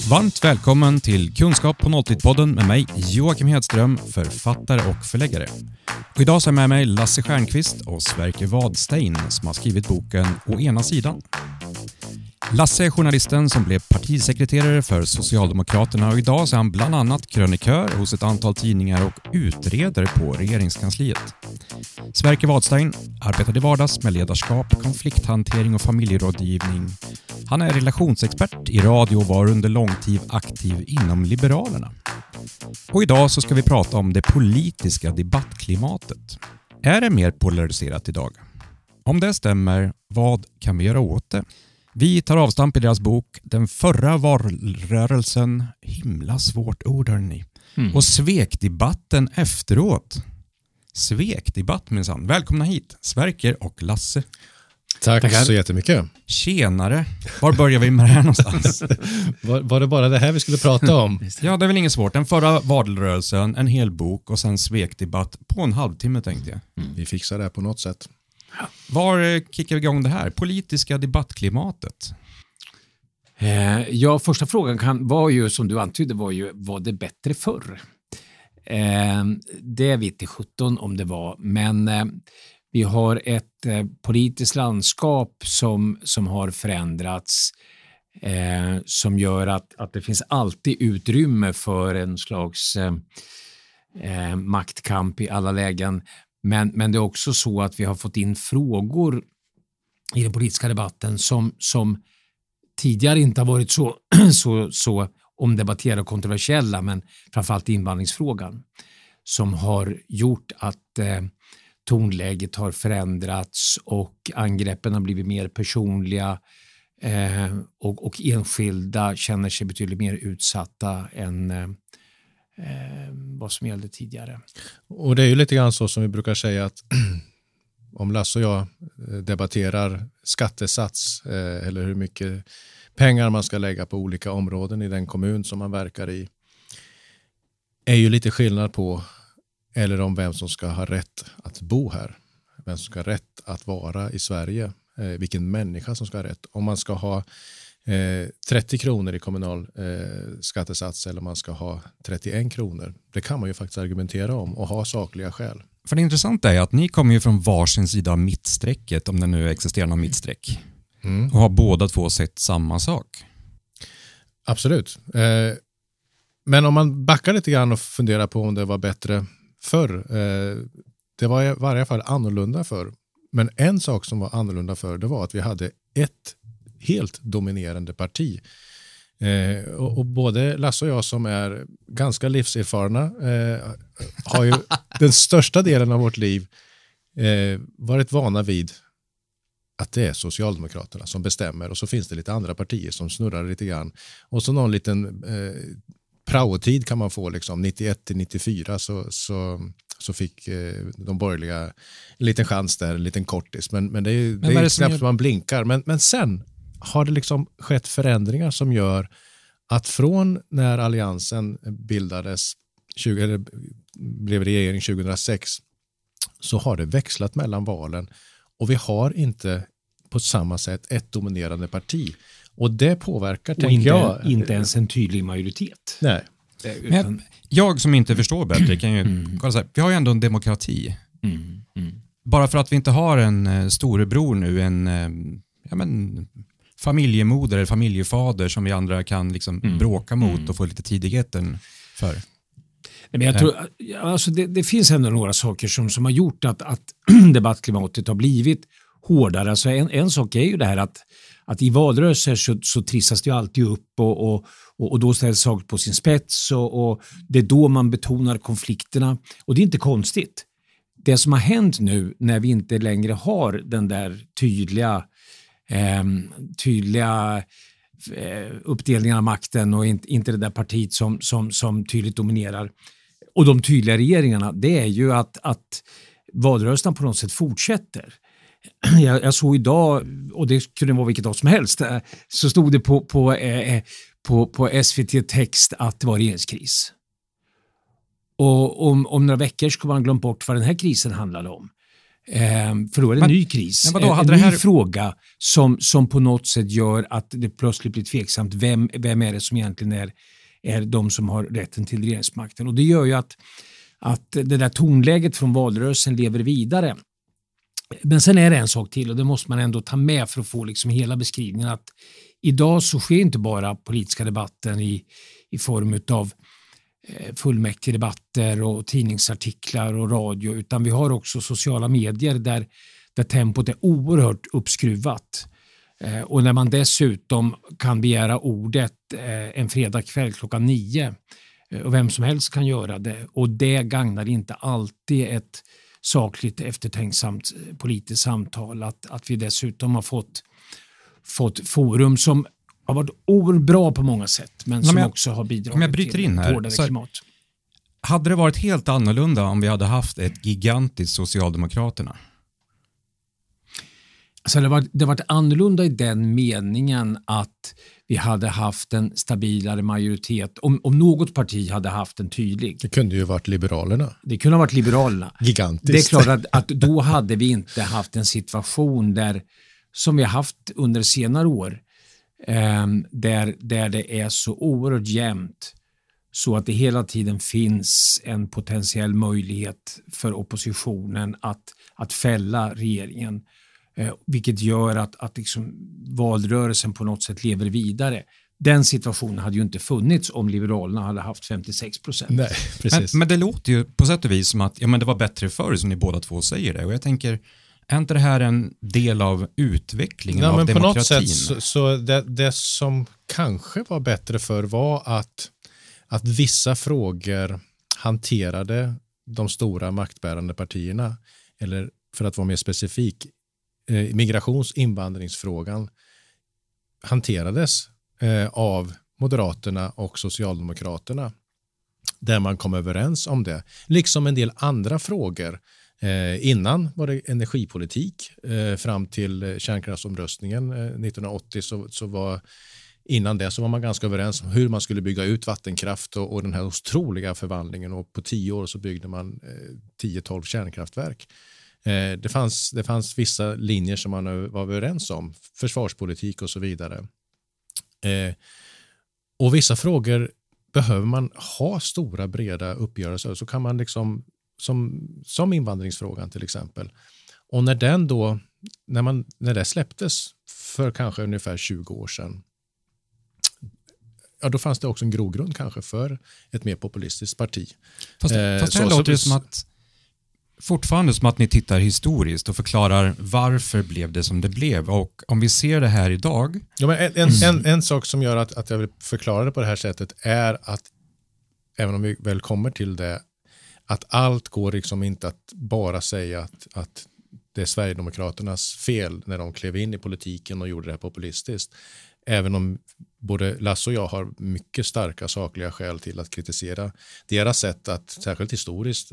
Varmt välkommen till Kunskap på nolltid-podden med mig Joakim Hedström, författare och förläggare. Och idag så är med mig Lasse Stjernqvist och Sverker Wadstein som har skrivit boken Å ena sidan. Lasse är journalisten som blev partisekreterare för Socialdemokraterna och idag så är han bland annat krönikör hos ett antal tidningar och utredare på regeringskansliet. Sverker Wadstein arbetar i vardags med ledarskap, konflikthantering och familjerådgivning. Han är relationsexpert i radio och var under lång tid aktiv inom Liberalerna. Och idag så ska vi prata om det politiska debattklimatet. Är det mer polariserat idag? Om det stämmer, vad kan vi göra åt det? Vi tar avstamp i deras bok Den förra valrörelsen, himla svårt ord hörni. Och svekdebatten efteråt. Svekdebatt minsann. Välkomna hit, Sverker och Lasse. Tack så jättemycket. Tjenare. Var börjar vi med det här någonstans? Var det bara det här vi skulle prata om? Ja, det är väl inget svårt. Den förra valrörelsen, en hel bok och sen svekdebatt på en halvtimme tänkte jag. Vi fixar det här på något sätt. Var kickar vi igång det här? Politiska debattklimatet? Ja, första frågan var ju, som du antydde, var det bättre förr? Det vet jag 17 om det var, men vi har ett politiskt landskap som har förändrats, som gör att det finns alltid utrymme för en slags maktkamp i alla lägen. Men det är också så att vi har fått in frågor i den politiska debatten som tidigare inte har varit så omdebatterade och kontroversiella, men framförallt invandringsfrågan som har gjort att tonläget har förändrats och angreppen har blivit mer personliga och enskilda känner sig betydligt mer utsatta än vad som gällde tidigare. Och det är ju lite grann så som vi brukar säga att om Lasse och jag debatterar skattesats eller hur mycket pengar man ska lägga på olika områden i den kommun som man verkar i, är ju lite skillnad på eller om vem som ska ha rätt att bo här, vem som ska ha rätt att vara i Sverige, vilken människa som ska ha rätt. Om man ska ha 30 kronor i kommunal skattesats eller man ska ha 31 kronor. Det kan man ju faktiskt argumentera om och ha sakliga skäl. För det intressanta är att ni kommer ju från varsin sida av mittsträcket, om det nu existerar någon mittsträck. Och har båda två sett samma sak. Absolut. Men om man backar lite grann och funderar på om det var bättre förr. Det var i varje fall annorlunda förr. Men en sak som var annorlunda förr, det var att vi hade ett helt dominerande parti. Och både Lasse och jag som är ganska livserfarna har ju den största delen av vårt liv varit vana vid att det är Socialdemokraterna som bestämmer och så finns det lite andra partier som snurrar lite grann. Och så någon liten praotid kan man få liksom 91-94 så fick de borgerliga en liten chans där, en liten kortis. Men det är knappt att man blinkar. Men sen har det liksom skett förändringar som gör att från när alliansen bildades, blev regering 2006, så har det växlat mellan valen och vi har inte på samma sätt ett dominerande parti. Och det påverkar, tänker jag. Inte ens en tydlig majoritet. Nej. Men jag som inte förstår bättre kan ju kolla så här, vi har ju ändå en demokrati. Bara för att vi inte har en storebror nu, en familjemoder eller familjefader som vi andra kan liksom bråka mot och få lite tidigheten för. Men jag tror, alltså det finns ändå några saker som har gjort att debattklimatet har blivit hårdare. Alltså en sak är ju det här att i valrörelser så trissas det ju alltid upp och då ställs saker på sin spets och det är då man betonar konflikterna. Och det är inte konstigt. Det som har hänt nu när vi inte längre har den där tydliga uppdelningen av makten och inte det där partiet som tydligt dominerar och de tydliga regeringarna, det är ju att valrörelsen på något sätt fortsätter. Jag såg idag, och det kunde vara vilket dag som helst, så stod det på SVT text att det var regeringskris. Och om några veckor skulle man glömt bort vad den här krisen handlade om. För då är det en ny kris. Men vadå, en ny fråga som på något sätt gör att det plötsligt blir tveksamt vem är det som egentligen är de som har rätten till regeringsmakten. Och det gör ju att det där tonläget från valrörelsen lever vidare. Men sen är det en sak till och det måste man ändå ta med för att få liksom hela beskrivningen, att idag så sker inte bara politiska debatten i form av fullmäktigedebatter och tidningsartiklar och radio, utan vi har också sociala medier där tempot är oerhört uppskruvat. Och när man dessutom kan begära ordet en fredagkväll 9:00 och vem som helst kan göra det, och det gagnar inte alltid ett sakligt eftertänksamt politiskt samtal, att vi dessutom har fått forum som har varit oerhört bra på många sätt, men som också har bidragit till ett hårdare klimat. Hade det varit helt annorlunda om vi hade haft ett gigantiskt Socialdemokraterna? Alltså det har varit annorlunda i den meningen att vi hade haft en stabilare majoritet. Om något parti hade haft en tydlig. Det kunde ju varit Liberalerna. Det kunde ha varit Liberalerna. Gigantiskt. Det är klart att då hade vi inte haft en situation där, som vi har haft under senare år, där det är så oerhört jämnt så att det hela tiden finns en potentiell möjlighet för oppositionen att fälla regeringen. Vilket gör att liksom valrörelsen på något sätt lever vidare. Den situationen hade ju inte funnits om Liberalerna hade haft 56%. Nej, precis. Men det låter ju på sätt och vis som att det var bättre förr, som ni båda två säger det. Och jag tänker, är inte det här en del av utvecklingen av demokratin? På något sätt så det som kanske var bättre förr var att vissa frågor hanterade de stora maktbärande partierna, eller för att vara mer specifik, migrations-invandringsfrågan hanterades av Moderaterna och Socialdemokraterna, där man kom överens om det. Liksom en del andra frågor. Innan var det energipolitik, fram till kärnkraftsomröstningen 1980 så var innan det så var man ganska överens om hur man skulle bygga ut vattenkraft och den här otroliga förvandlingen, och på 10 år så byggde man 10-12 kärnkraftverk. Det fanns vissa linjer som man var överens om, försvarspolitik och så vidare. Och vissa frågor behöver man ha stora breda uppgörelser, så kan man liksom som invandringsfrågan till exempel. Och när det släpptes för kanske ungefär 20 år sedan, ja, då fanns det också en grogrund kanske för ett mer populistiskt parti. Fast det låter det som att fortfarande som att ni tittar historiskt och förklarar varför blev det som det blev. Och om vi ser det här idag. Ja, men en sak som gör att jag vill förklara det på det här sättet är att, även om vi väl kommer till det, att allt går liksom inte att bara säga att det är Sverigedemokraternas fel när de klev in i politiken och gjorde det här populistiskt. Även om både Lasse och jag har mycket starka sakliga skäl till att kritisera deras sätt att, särskilt historiskt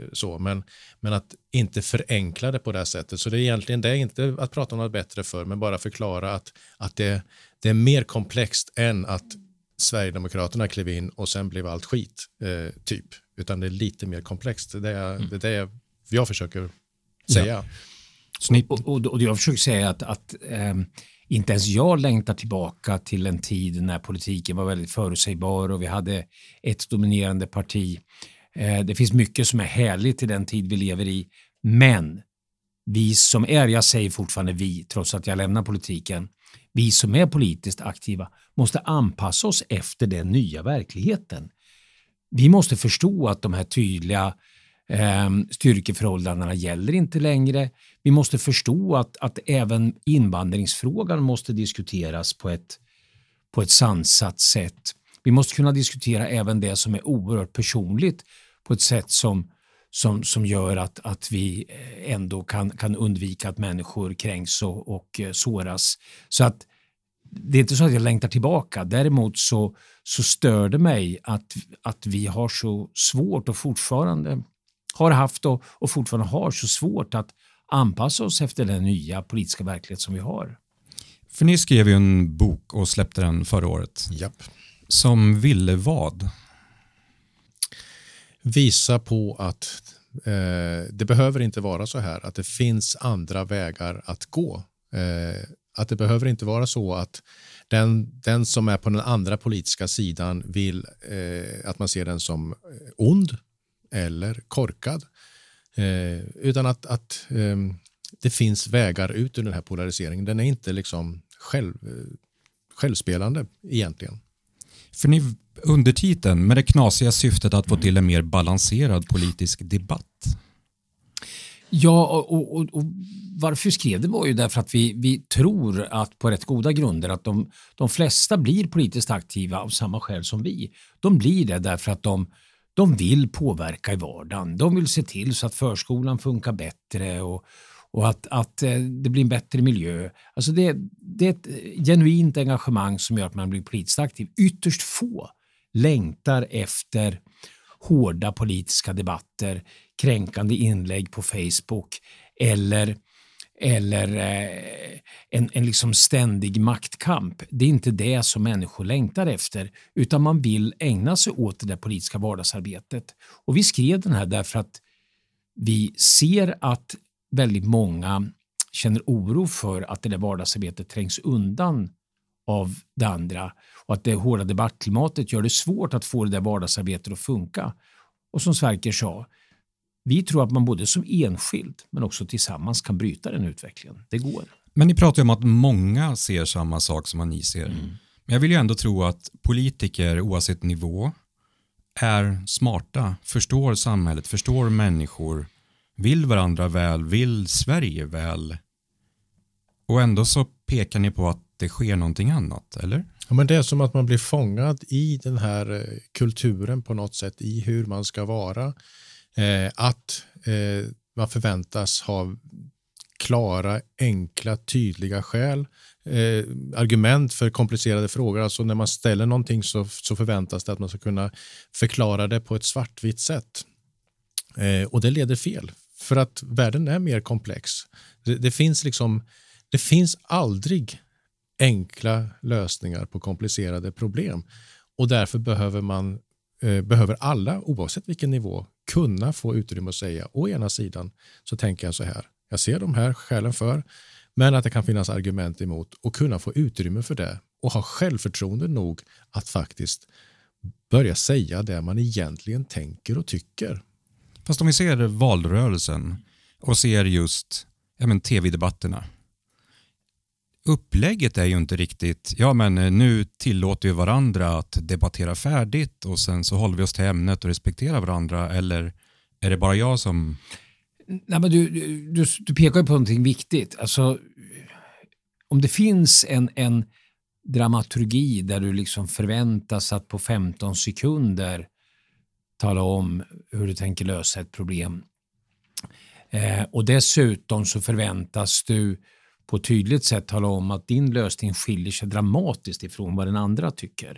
men att inte förenkla det på det här sättet. Så det är inte att prata om något bättre för, men bara förklara att det är mer komplext än att Sverigedemokraterna klev in och sen blev allt skit, typ. Utan det är lite mer komplext. Det är det jag försöker säga. Ja. Och jag försöker säga att inte ens jag längtar tillbaka till en tid när politiken var väldigt förutsägbar och vi hade ett dominerande parti. Det finns mycket som är härligt i den tid vi lever i, men vi som jag säger fortfarande vi, trots att jag lämnar politiken, vi som är politiskt aktiva måste anpassa oss efter den nya verkligheten. Vi måste förstå att de här tydliga styrkeförhållandena gäller inte längre. Vi måste förstå att även invandringsfrågan måste diskuteras på ett sansat sätt. Vi måste kunna diskutera även det som är oerhört personligt på ett sätt som gör att vi ändå kan undvika att människor kränks och såras. Så att det är inte så att jag längtar tillbaka. Däremot så stör det mig att vi har så svårt och fortfarande har haft och fortfarande har så svårt att anpassa oss efter den nya politiska verklighet som vi har. För ni skrev ju en bok och släppte den förra året. Japp. Som ville vad? Visa på att Det behöver inte vara så här att det finns andra vägar att gå. Att det behöver inte vara så att den som är på den andra politiska sidan vill att man ser den som ond eller korkad. Utan att det finns vägar ut ur den här polariseringen. Den är inte liksom självspelande egentligen. För ni undertiteln med det knasiga syftet att få till en mer balanserad politisk debatt. Ja, och varför vi skrev det var ju därför att vi tror att på rätt goda grunder att de flesta blir politiskt aktiva av samma skäl som vi. De blir det därför att de vill påverka i vardagen. De vill se till så att förskolan funkar bättre och att det blir en bättre miljö. Alltså det är ett genuint engagemang som gör att man blir politiskt aktiv. Ytterst få längtar efter hårda politiska debatter, kränkande inlägg på Facebook eller en liksom ständig maktkamp. Det är inte det som människor längtar efter, utan man vill ägna sig åt det där politiska vardagsarbetet. Och vi skrev den här därför att vi ser att väldigt många känner oro för att det där vardagsarbetet trängs undan av det andra och att det hårda debattklimatet gör det svårt att få det där vardagsarbetet att funka. Och som Sverker sa, vi tror att man både som enskild men också tillsammans kan bryta den utvecklingen. Det går. Men ni pratar ju om att många ser samma sak som ni ser. Men jag vill ju ändå tro att politiker oavsett nivå är smarta, förstår samhället, förstår människor, vill varandra väl, vill Sverige väl. Och ändå så pekar ni på att det sker någonting annat, eller? Ja, men det är som att man blir fångad i den här kulturen på något sätt, i hur man ska vara. Att man förväntas ha klara, enkla, tydliga skäl. Argument för komplicerade frågor. Alltså när man ställer någonting så förväntas det att man ska kunna förklara det på ett svartvitt sätt. Och det leder fel. För att världen är mer komplex. Det finns aldrig enkla lösningar på komplicerade problem. Och därför behöver alla, oavsett vilken nivå, kunna få utrymme att säga, å ena sidan så tänker jag så här, jag ser de här skälen för, men att det kan finnas argument emot och kunna få utrymme för det och ha självförtroende nog att faktiskt börja säga det man egentligen tänker och tycker. Fast om vi ser valrörelsen och ser just tv-debatterna. Upplägget är ju inte riktigt, nu tillåter vi varandra att debattera färdigt och sen så håller vi oss till ämnet och respekterar varandra, eller är det bara jag som... Nej, men du pekar ju på någonting viktigt. Alltså, om det finns en dramaturgi där du liksom förväntas att på 15 sekunder tala om hur du tänker lösa ett problem. Och dessutom så förväntas du på ett tydligt sätt tala om att din lösning skiljer sig dramatiskt ifrån vad den andra tycker.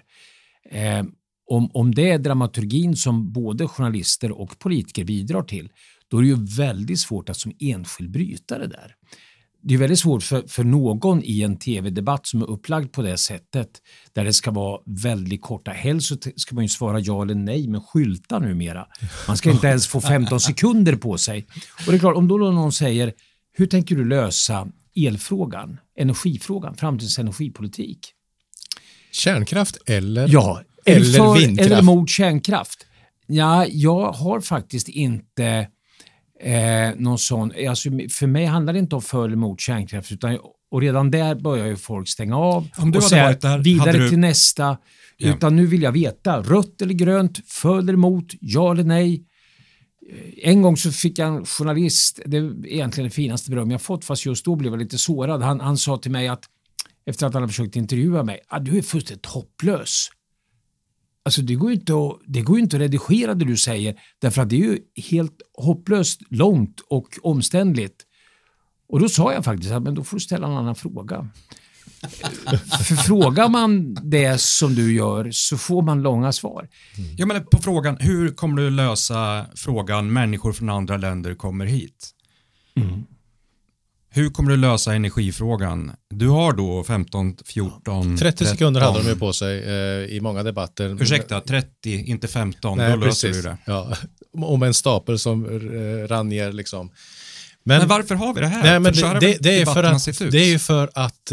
Om det är dramaturgin som både journalister och politiker bidrar till, då är det ju väldigt svårt att som enskild bryta det där. Det är väldigt svårt för någon i en tv-debatt som är upplagd på det sättet, där det ska vara väldigt korta. Helst så ska man ju svara ja eller nej med skyltar numera. Man ska inte ens få 15 sekunder på sig. Och det är klart, om då någon säger, hur tänker du lösa elfrågan, energifrågan, framtidens energipolitik? Kärnkraft eller vindkraft? Eller mot kärnkraft? Ja, jag har faktiskt inte någon sån, alltså för mig handlar det inte om för eller mot kärnkraft, och redan där börjar ju folk stänga av och säga där, vidare till nästa, utan nu vill jag veta, rött eller grönt, för eller emot, ja eller nej. En gång så fick jag en journalist, det är egentligen det finaste beröm jag fått, fast just då blev jag lite sårad. Han sa till mig att efter att han hade försökt intervjua mig, du är fullständigt hopplös. Alltså det går ju inte att redigera det du säger, därför att det är ju helt hopplöst långt och omständligt. Och då sa jag faktiskt att men då får du ställa en annan fråga. För frågar man det som du gör så får man långa svar. Ja, men på frågan, hur kommer du lösa frågan människor från andra länder kommer hit? Hur kommer du lösa energifrågan? Du har då 15, 14... 30 sekunder hade de ju på sig i många debatter. Ursäkta, 30, inte 15. Nej, då löser precis. du det. Ja, om en stapel som rann ner liksom. Men varför har vi det här? Nej, men det är ju för att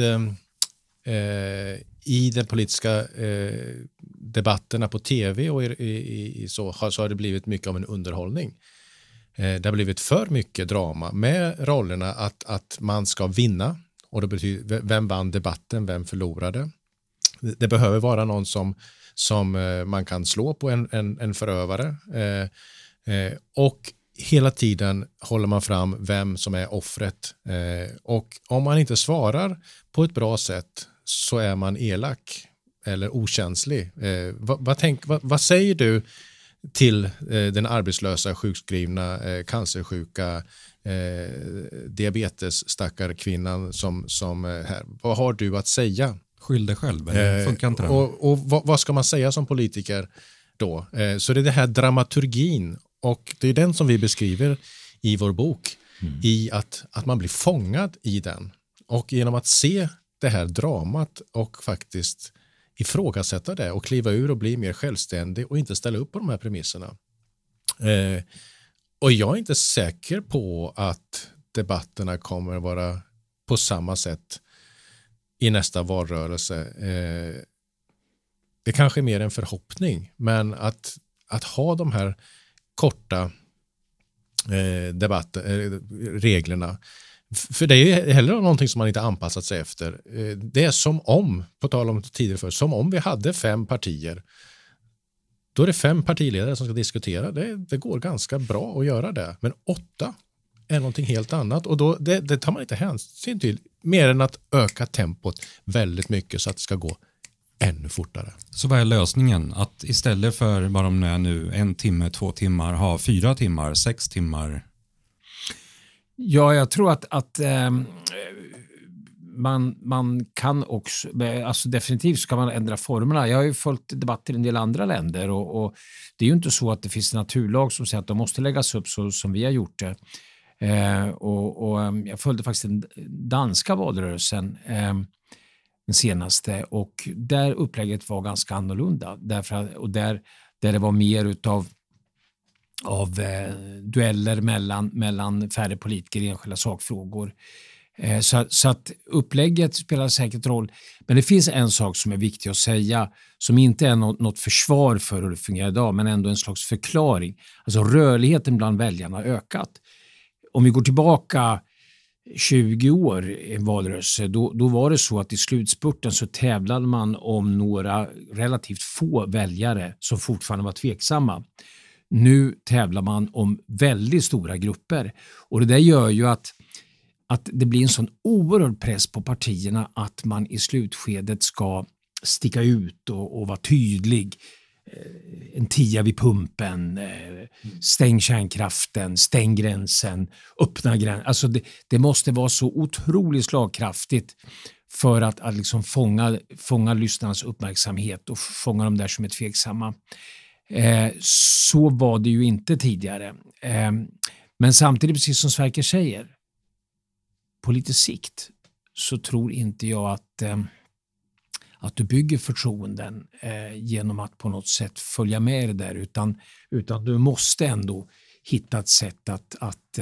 i de politiska debatterna på tv och så har det blivit mycket av en underhållning. Det har blivit för mycket drama med rollerna att man ska vinna, och det betyder vem vann debatten, vem förlorade. Det behöver vara någon som man kan slå på en förövare, och hela tiden håller man fram vem som är offret, och om man inte svarar på ett bra sätt så är man elak eller okänslig. Vad säger du till den arbetslösa, sjukskrivna, cancersjuka, diabetessstackar kvinnan som här? Vad har du att säga? Skyll dig själv, eller funkar inte det? Och vad ska man säga som politiker då? Så det är det här dramaturgin, och det är den som vi beskriver i vår bok, i att man blir fångad i den. Och genom att se det här dramat och faktiskt ifrågasätta det och kliva ur och bli mer självständig och inte ställa upp på de här premisserna. Och jag är inte säker på att debatterna kommer att vara på samma sätt i nästa valrörelse. Det kanske är mer en förhoppning, men att ha de här korta reglerna, för det är ju heller någonting som man inte anpassat sig efter. Det är som om, på tal om tidigare för, som om vi hade 5 partier. Då är det 5 partiledare som ska diskutera. Det går ganska bra att göra det. Men 8 är någonting helt annat. Och då, det tar man inte hänsyn till. Mer än att öka tempot väldigt mycket så att det ska gå ännu fortare. Så vad är lösningen? Att istället för vad de är nu 1 timme, 2 timmar, ha 4 timmar, 6 timmar? Ja, jag tror att man kan också, alltså definitivt så kan man ändra formerna. Jag har ju följt debatter i en del andra länder, och det är ju inte så att det finns en naturlag som säger att de måste läggas upp så som vi har gjort det. Och jag följde faktiskt den danska valrörelsen, den senaste, och där upplägget var ganska annorlunda. Och där det var mer utav dueller mellan färre politiker i enskilda sakfrågor. Så att upplägget spelar säkert roll. Men det finns en sak som är viktig att säga, som inte är något försvar för hur det fungerar idag, men ändå en slags förklaring. Alltså rörligheten bland väljarna har ökat. Om vi går tillbaka 20 år i en valrörelse, då var det så att i slutspurten så tävlade man om några relativt få väljare som fortfarande var tveksamma. Nu tävlar man om väldigt stora grupper, och det där gör ju att det blir en sån oerhörd press på partierna att man i slutskedet ska sticka ut och vara tydlig. En 10 vid pumpen, stäng kärnkraften, stäng gränsen, öppna gränsen. Alltså det måste vara så otroligt slagkraftigt för att liksom fånga lyssnarnas uppmärksamhet och fånga dem där som är tveksamma. Så var det ju inte tidigare. Men samtidigt, precis som Sverker säger, på lite sikt så tror inte jag att du bygger förtroenden genom att på något sätt följa med det där, utan du måste ändå hitta ett sätt att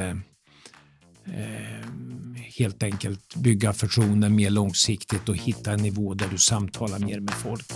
helt enkelt bygga förtroenden mer långsiktigt och hitta en nivå där du samtalar mer med folk.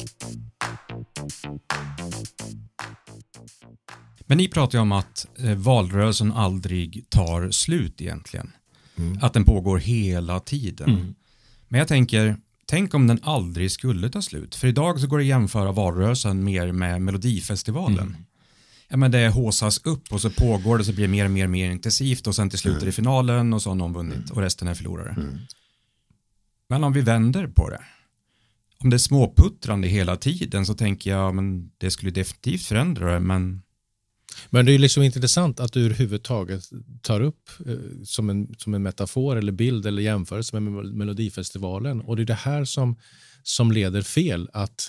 Men ni pratar ju om att valrörelsen aldrig tar slut egentligen. Att den pågår hela tiden. Men jag tänk om den aldrig skulle ta slut. För idag så går det att jämföra valrörelsen mer med Melodifestivalen. Ja, men det håsas upp och så pågår det, så blir det mer intensivt, och sen till slut är det finalen och så har någon vunnit och resten är förlorare. Men om vi vänder på det. Om det är småputtrande hela tiden, så tänker jag men det skulle definitivt förändra det, men det är ju liksom intressant att du överhuvudtaget tar upp som en metafor eller bild eller jämförelse med Melodifestivalen, och det är det här som leder fel,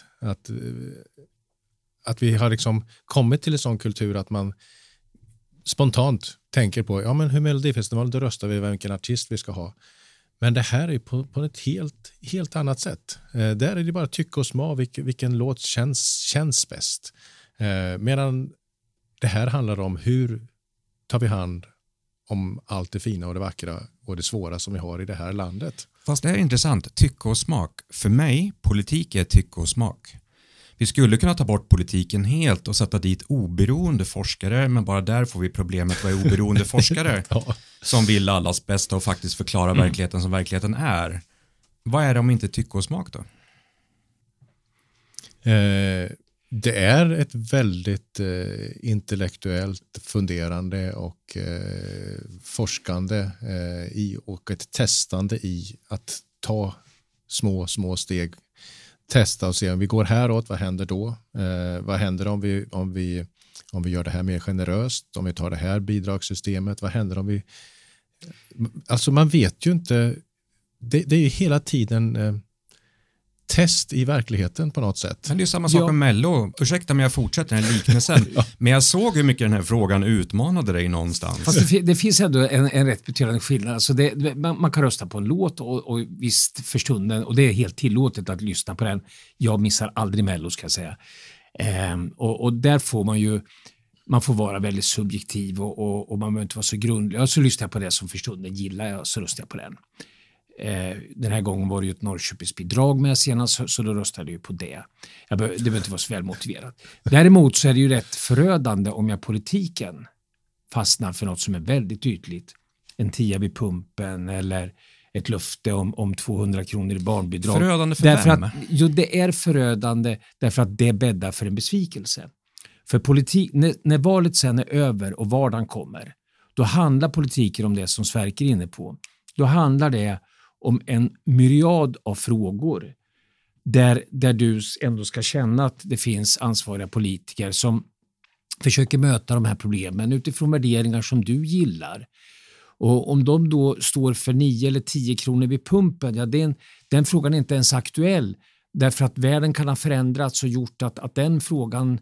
att vi har liksom kommit till en sån kultur att man spontant tänker på, ja men hur Melodifestivalen, då röstar vi vilken artist vi ska ha. Men det här är på ett helt annat sätt. Där är det bara tycke och smak vilken låt känns bäst. Medan det här handlar om hur tar vi hand om allt det fina och det vackra och det svåra som vi har i det här landet. Fast det är intressant, tycke och smak. För mig, politik är tycke och smak. Vi skulle kunna ta bort politiken helt och sätta dit oberoende forskare, men bara där får vi problemet vad är oberoende forskare som vill allas bästa och faktiskt förklara verkligheten som verkligheten är. Vad är det om inte tycke och smak då? Det är ett väldigt intellektuellt funderande och forskande och ett testande i att ta små steg. Testa och se om vi går häråt, vad händer då? Vad händer om vi gör det här mer generöst? Om vi tar det här bidragssystemet, vad händer om vi... Alltså man vet ju inte, det är ju hela tiden test i verkligheten på något sätt. Men det är ju samma sak med Mello. Ursäkta, men jag fortsätter den här liknelsen. Men jag såg hur mycket den här frågan utmanade dig någonstans. Fast det finns ändå en rätt betydande skillnad. Alltså man kan rösta på en låt och visst för stunden, och det är helt tillåtet att lyssna på den. Jag missar aldrig Mello, ska jag säga. Och där får man får vara väldigt subjektiv och man behöver inte vara så grundlig. Så lyssnar jag på det som för stunden gillar jag, så röstar jag på den. Den här gången var det ju ett Norrköpingsbidrag med senast, så då röstade jag på det. Det behöver inte vara så väl motiverat. Däremot så är det ju rätt förödande om jag politiken fastnar för något som är väldigt ytligt. En 10 vid pumpen eller ett löfte om 200 kronor i barnbidrag. Förödande för därför vem? Jo, det är förödande därför att det bäddar för en besvikelse. För när valet sen är över och vardagen kommer, då handlar politiken om det som Sverker är inne på. Då handlar det om en myriad av frågor där du ändå ska känna att det finns ansvariga politiker som försöker möta de här problemen utifrån värderingar som du gillar. Och om de då står för 9 eller 10 kronor vid pumpen, den frågan är inte ens aktuell, därför att världen kan ha förändrats och gjort att den frågan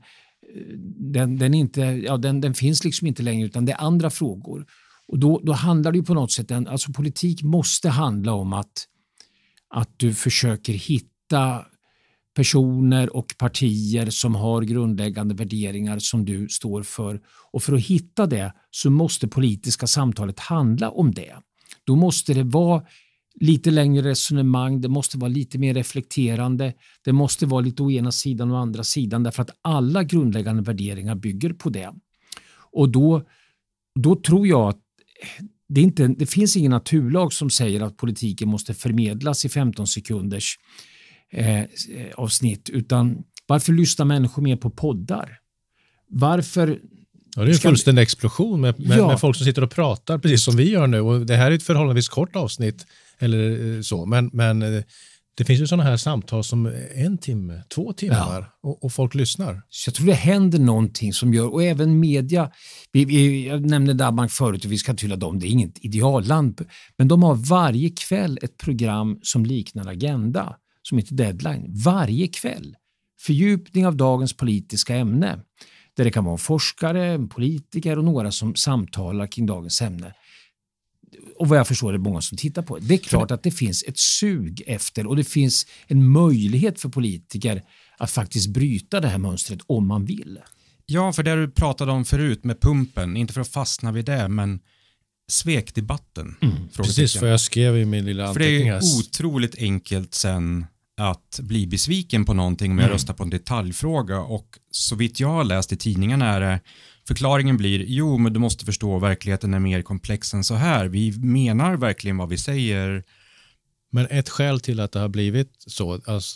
den finns liksom inte längre, utan det är andra frågor. Och då handlar det ju på något sätt, alltså politik måste handla om att du försöker hitta personer och partier som har grundläggande värderingar som du står för. Och för att hitta det så måste politiska samtalet handla om det. Då måste det vara lite längre resonemang, det måste vara lite mer reflekterande, det måste vara lite å ena sidan och andra sidan, därför att alla grundläggande värderingar bygger på det. Och då tror jag att det finns ingen naturlag som säger att politiken måste förmedlas i 15 sekunders avsnitt, utan varför lyssnar människor mer på poddar? Varför... Ja, det är en fullständig explosion med folk som sitter och pratar precis som vi gör nu, och det här är ett förhållandevis kort avsnitt eller så, men det finns ju sådana här samtal som 1 timme, 2 timmar och folk lyssnar. Så jag tror det händer någonting som gör, och även media, jag nämnde Danmark förut och vi ska tylla dem, det är inget idealland, men de har varje kväll ett program som liknar Agenda, som heter Deadline, varje kväll. Fördjupning av dagens politiska ämne, där det kan vara en forskare, en politiker och några som samtalar kring dagens ämne. Och vad jag förstår är det många som tittar på. Det är klart att det finns ett sug efter, och det finns en möjlighet för politiker att faktiskt bryta det här mönstret om man vill. Ja, för det du pratade om förut med pumpen, inte för att fastna vid det, men svekdebatten. Precis, för jag skrev i min lilla anteckning här. För det är otroligt enkelt sen att bli besviken på någonting om jag röstar på en detaljfråga, och så vitt jag har läst i tidningarna är det, förklaringen blir, men du måste förstå, verkligheten är mer komplex än så här. Vi menar verkligen vad vi säger. Men ett skäl till att det har blivit så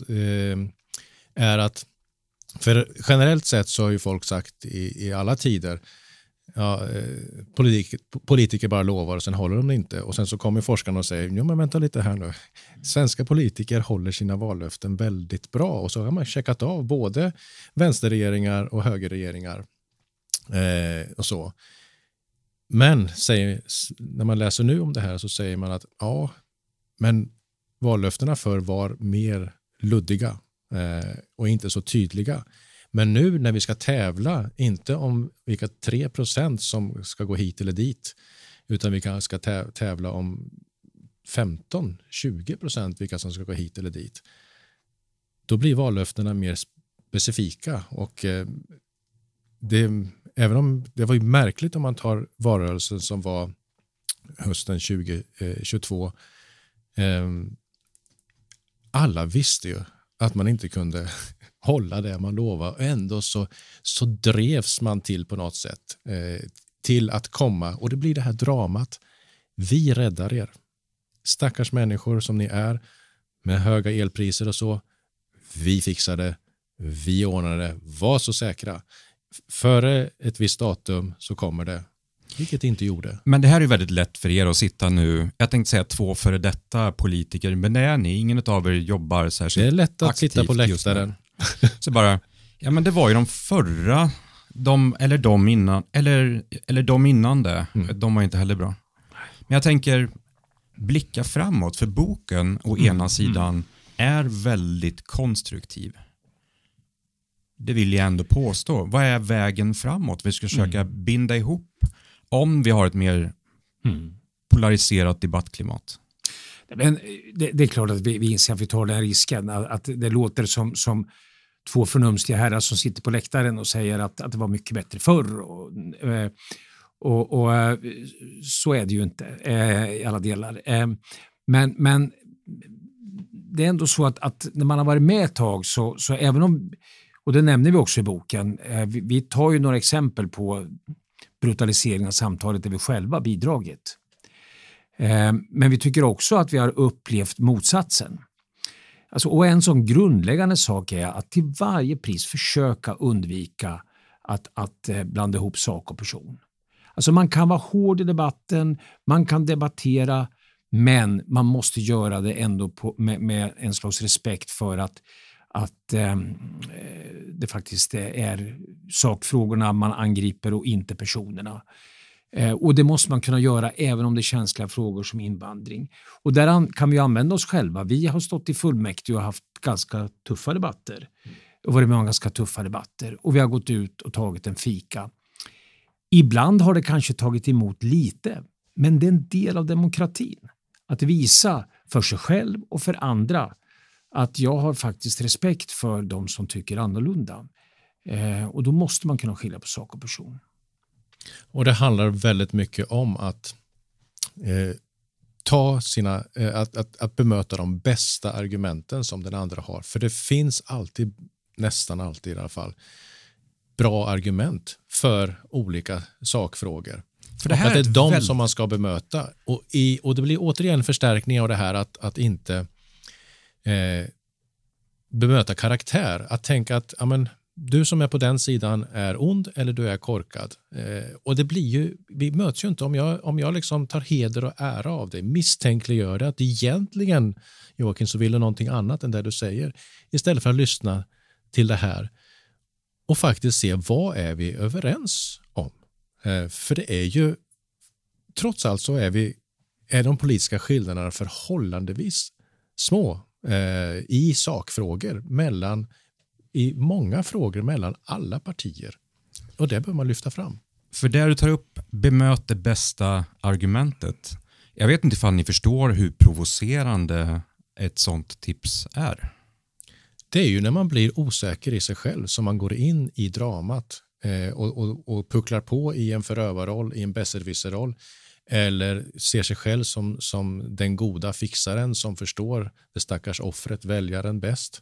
är att, för generellt sett så har ju folk sagt i alla tider, politiker bara lovar och sen håller de det inte. Och sen så kommer forskarna och säger, men vänta lite här nu. Svenska politiker håller sina vallöften väldigt bra, och så har man checkat av både vänsterregeringar och högerregeringar och så. Men när man läser nu om det här så säger man att men vallöftena förr var mer luddiga och inte så tydliga. Men nu när vi ska tävla, inte om vilka 3% som ska gå hit eller dit, utan vi ska tävla om 15-20% vilka som ska gå hit eller dit. Då blir vallöftena mer specifika och även om det var ju märkligt om man tar valrörelsen som var hösten 2022. Alla visste ju att man inte kunde hålla det man lovade och ändå så drevs man till på något sätt till att komma och det blir det här dramat. Vi räddar er. Stackars människor som ni är med höga elpriser och så. Vi fixar det. Vi ordnar det. Var så säkra. Före ett visst datum så kommer det. Vilket det inte gjorde. Men det här är väldigt lätt för er att sitta nu. Jag tänkte säga 2 före detta politiker. Men det är ni. Ingen av er jobbar särskilt. Det är lätt att sitta på läktaren. Så bara, ja men det var ju de förra. De innan det. De var inte heller bra. Men jag tänker blicka framåt. För boken å ena sidan är väldigt konstruktiv. Det vill jag ändå påstå. Vad är vägen framåt? Vi ska försöka binda ihop om vi har ett mer polariserat debattklimat. Men det är klart att vi inser att vi tar den här risken. Att det låter som 2 förnumstiga herrar som sitter på läktaren och säger att det var mycket bättre förr. Och så är det ju inte i alla delar. Men det är ändå så att när man har varit med ett tag så även om, och det nämner vi också i boken, vi tar ju några exempel på brutalisering av samtalet där vi själva bidragit. Men vi tycker också att vi har upplevt motsatsen. Alltså, och en sån grundläggande sak är att till varje pris försöka undvika att blanda ihop sak och person. Alltså man kan vara hård i debatten, man kan debattera, men man måste göra det ändå med en slags respekt för att det faktiskt är sakfrågorna man angriper och inte personerna. Och det måste man kunna göra även om det är känsliga frågor som invandring. Och där kan vi använda oss själva. Vi har stått i fullmäktige och haft ganska tuffa debatter. Och varit med om ganska tuffa debatter. Och vi har gått ut och tagit en fika. Ibland har det kanske tagit emot lite. Men det är en del av demokratin. Att visa för sig själv och för andra att jag har faktiskt respekt för de som tycker annorlunda. Och då måste man kunna skilja på sak och person. Och det handlar väldigt mycket om att att bemöta de bästa argumenten som den andra har. För det finns alltid, nästan alltid i alla fall, bra argument för olika sakfrågor. För det här är de som man ska bemöta. Och det blir återigen förstärkning av det här att inte bemöta karaktär. Att tänka att amen, du som är på den sidan är ond eller du är korkad. Och det blir ju, vi möts ju inte om jag liksom tar heder och ära av dig, misstänkliggör det att egentligen, Joakim, så vill du någonting annat än det du säger. Istället för att lyssna till det här och faktiskt se vad är vi överens om. För det är ju, trots allt så är de politiska skillnaderna förhållandevis små i sakfrågor i många frågor mellan alla partier. Och det bör man lyfta fram. För där du tar upp bemöt det bästa argumentet. Jag vet inte ifall ni förstår hur provocerande ett sånt tips är. Det är ju när man blir osäker i sig själv som man går in i dramat och pucklar på i en förövarroll, i en besserwisserroll, eller ser sig själv som den goda fixaren som förstår det stackars offret, väljaren bäst.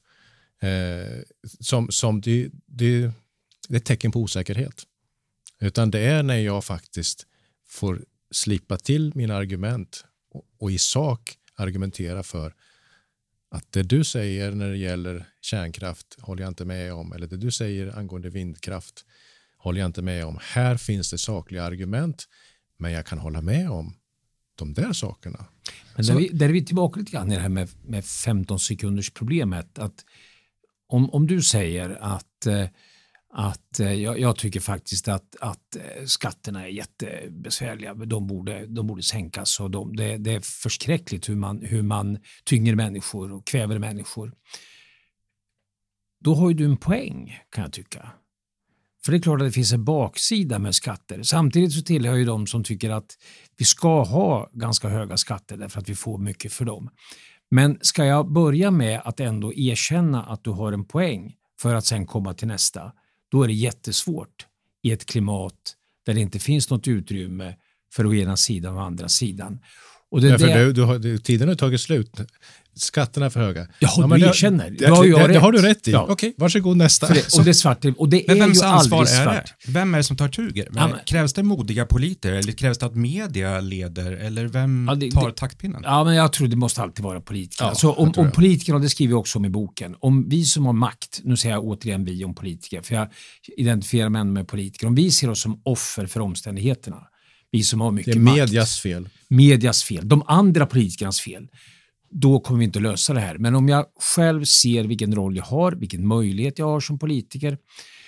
Det är ett tecken på osäkerhet. Utan det är när jag faktiskt får slippa till mina argument och i sak argumentera för att det du säger när det gäller kärnkraft håller jag inte med om, eller det du säger angående vindkraft håller jag inte med om. Här finns det sakliga argument, men jag kan hålla med om de där sakerna. Men där är vi tillbaka lite grann i det här med 15 sekunders problemet. Att om du säger att jag tycker faktiskt att skatterna är jättebesvärliga, de borde sänkas och det är förskräckligt hur man tynger människor och kväver människor. Då har ju du en poäng, kan jag tycka. För det är klart att det finns en baksida med skatter. Samtidigt så tillhör ju de som tycker att vi ska ha ganska höga skatter därför att vi får mycket för dem. Men ska jag börja med att ändå erkänna att du har en poäng för att sen komma till nästa, då är det jättesvårt i ett klimat där det inte finns något utrymme för å ena sidan och andra sidan. Och det tiden har tagit slut. Skatterna är för höga. Ja, du erkänner. Det har du rätt i. Ja. Okej, varsågod nästa. Och det är svart. Och det men är vems ju ansvar aldrig är svart. det? Vem är det som tar tuger? Krävs det modiga politiker eller krävs det att media leder eller vem tar taktpinnen? Ja, men jag tror det måste alltid vara politiker. Ja, alltså, om politikerna, det skriver jag också om i boken, om vi som har makt, nu säger jag återigen vi om politiker, för jag identifierar mig med politiker, om vi ser oss som offer för omständigheterna, vi som har mycket makt. Det är medias fel. Medias fel. De andra politikernas fel. Då kommer vi inte lösa det här. Men om jag själv ser vilken roll jag har, vilken möjlighet jag har som politiker,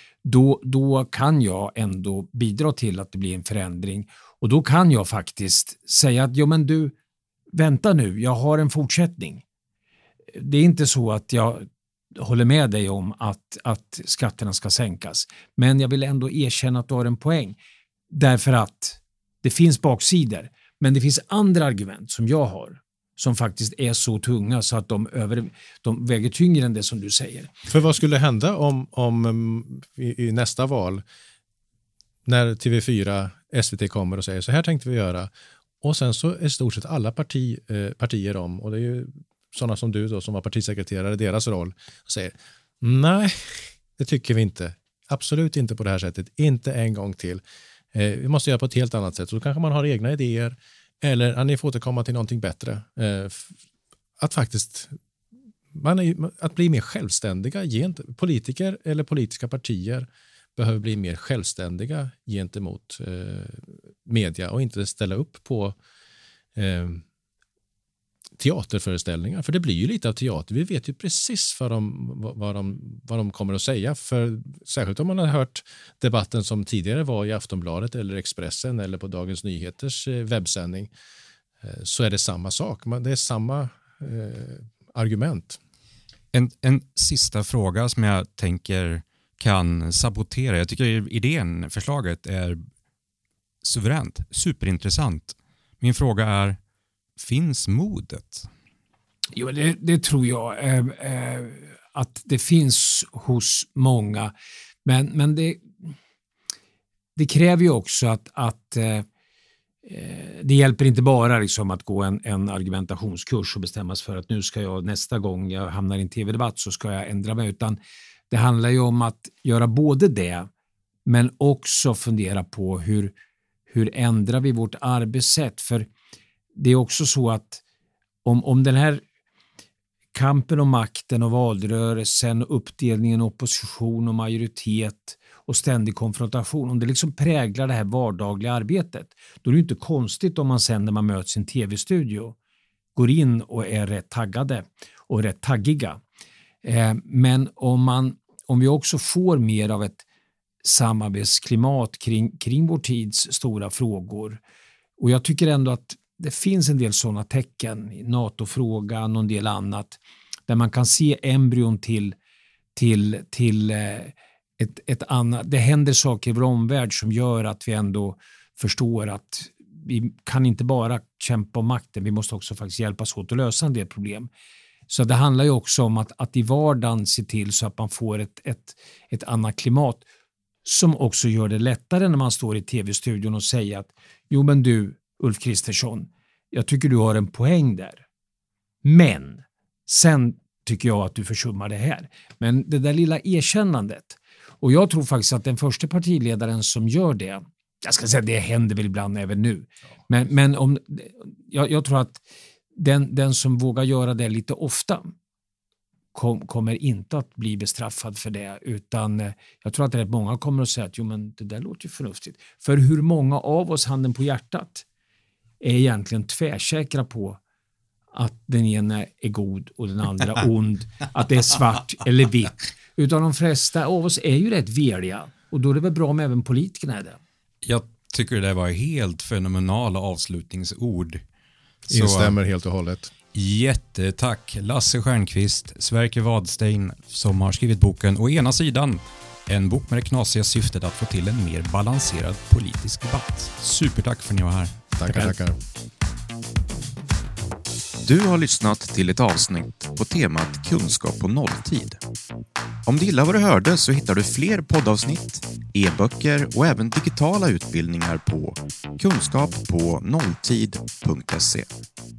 då kan jag ändå bidra till att det blir en förändring. Och då kan jag faktiskt säga att men du, vänta nu, jag har en fortsättning. Det är inte så att jag håller med dig om att skatterna ska sänkas. Men jag vill ändå erkänna att du har en poäng. Därför att det finns baksidor. Men det finns andra argument som jag har som faktiskt är så tunga så att de väger tyngre än det som du säger. För vad skulle hända om i nästa val när TV4, SVT kommer och säger så här tänkte vi göra, och sen så är i stort sett alla partier om, och det är ju sådana som du då som var partisekreterare, deras roll, och säger nej, det tycker vi inte. Absolut inte på det här sättet. Inte en gång till. Vi måste göra på ett helt annat sätt. Så då kanske man har egna idéer eller att ni får återkomma till någonting bättre. Att faktiskt att bli mer självständiga. Politiker eller politiska partier behöver bli mer självständiga gentemot media och inte ställa upp på teaterföreställningar. För det blir ju lite av teater. Vi vet ju precis vad de kommer att säga. För särskilt om man har hört debatten som tidigare var i Aftonbladet eller Expressen eller på Dagens Nyheters webbsändning, så är det samma sak. Det är samma argument. En sista fråga som jag tänker kan sabotera. Jag tycker idén, förslaget är suveränt, superintressant. Min fråga är, finns modet? Jo, det tror jag att det finns hos många. Men det kräver ju också att det hjälper inte bara liksom att gå en argumentationskurs och bestämma sig för att nu ska jag nästa gång jag hamnar i en tv-debatt så ska jag ändra mig, utan det handlar ju om att göra både det men också fundera på hur ändrar vi vårt arbetssätt. För det är också så att om den här kampen om makten och valrörelsen och uppdelningen opposition och majoritet och ständig konfrontation, om det liksom präglar det här vardagliga arbetet, då är det inte konstigt om man sen när man möts i en tv-studio går in och är rätt taggade och rätt taggiga. Men om vi också får mer av ett samarbetsklimat kring vår tids stora frågor, och jag tycker ändå att det finns en del sådana tecken i NATO-frågan och en del annat där man kan se embryon till ett annat. Det händer saker i vår omvärld som gör att vi ändå förstår att vi kan inte bara kämpa om makten, vi måste också faktiskt hjälpas åt att lösa en del problem. Så det handlar ju också om att i vardagen se till så att man får ett annat klimat som också gör det lättare när man står i tv-studion och säger att jo men du Ulf Kristersson, jag tycker du har en poäng där. Men sen tycker jag att du försummar det här. Men det där lilla erkännandet, och jag tror faktiskt att den första partiledaren som gör det, jag ska säga det händer väl ibland även nu, men jag tror att den som vågar göra det lite ofta kommer inte att bli bestraffad för det, utan jag tror att rätt många kommer att säga att jo men det där låter ju förnuftigt. För hur många av oss, handen på hjärtat, är egentligen tvärsäkra på att den ena är god och den andra ond, att det är svart eller vitt, utan de flesta av oss är ju rätt veliga, och då är det väl bra om även politikerna är det. Jag tycker det var helt fenomenala avslutningsord. Instämmer helt och hållet. Jättetack Lasse Stjernkvist, Sverker Wadstein, som har skrivit boken Å ena sidan En bok med det knasiga syftet att få till en mer balanserad politisk debatt. Supertack för att ni var här. Tackar. Du har lyssnat till ett avsnitt på temat kunskap på nolltid. Om du gillar vad du hörde så hittar du fler poddavsnitt, e-böcker och även digitala utbildningar på kunskappånolltid.se.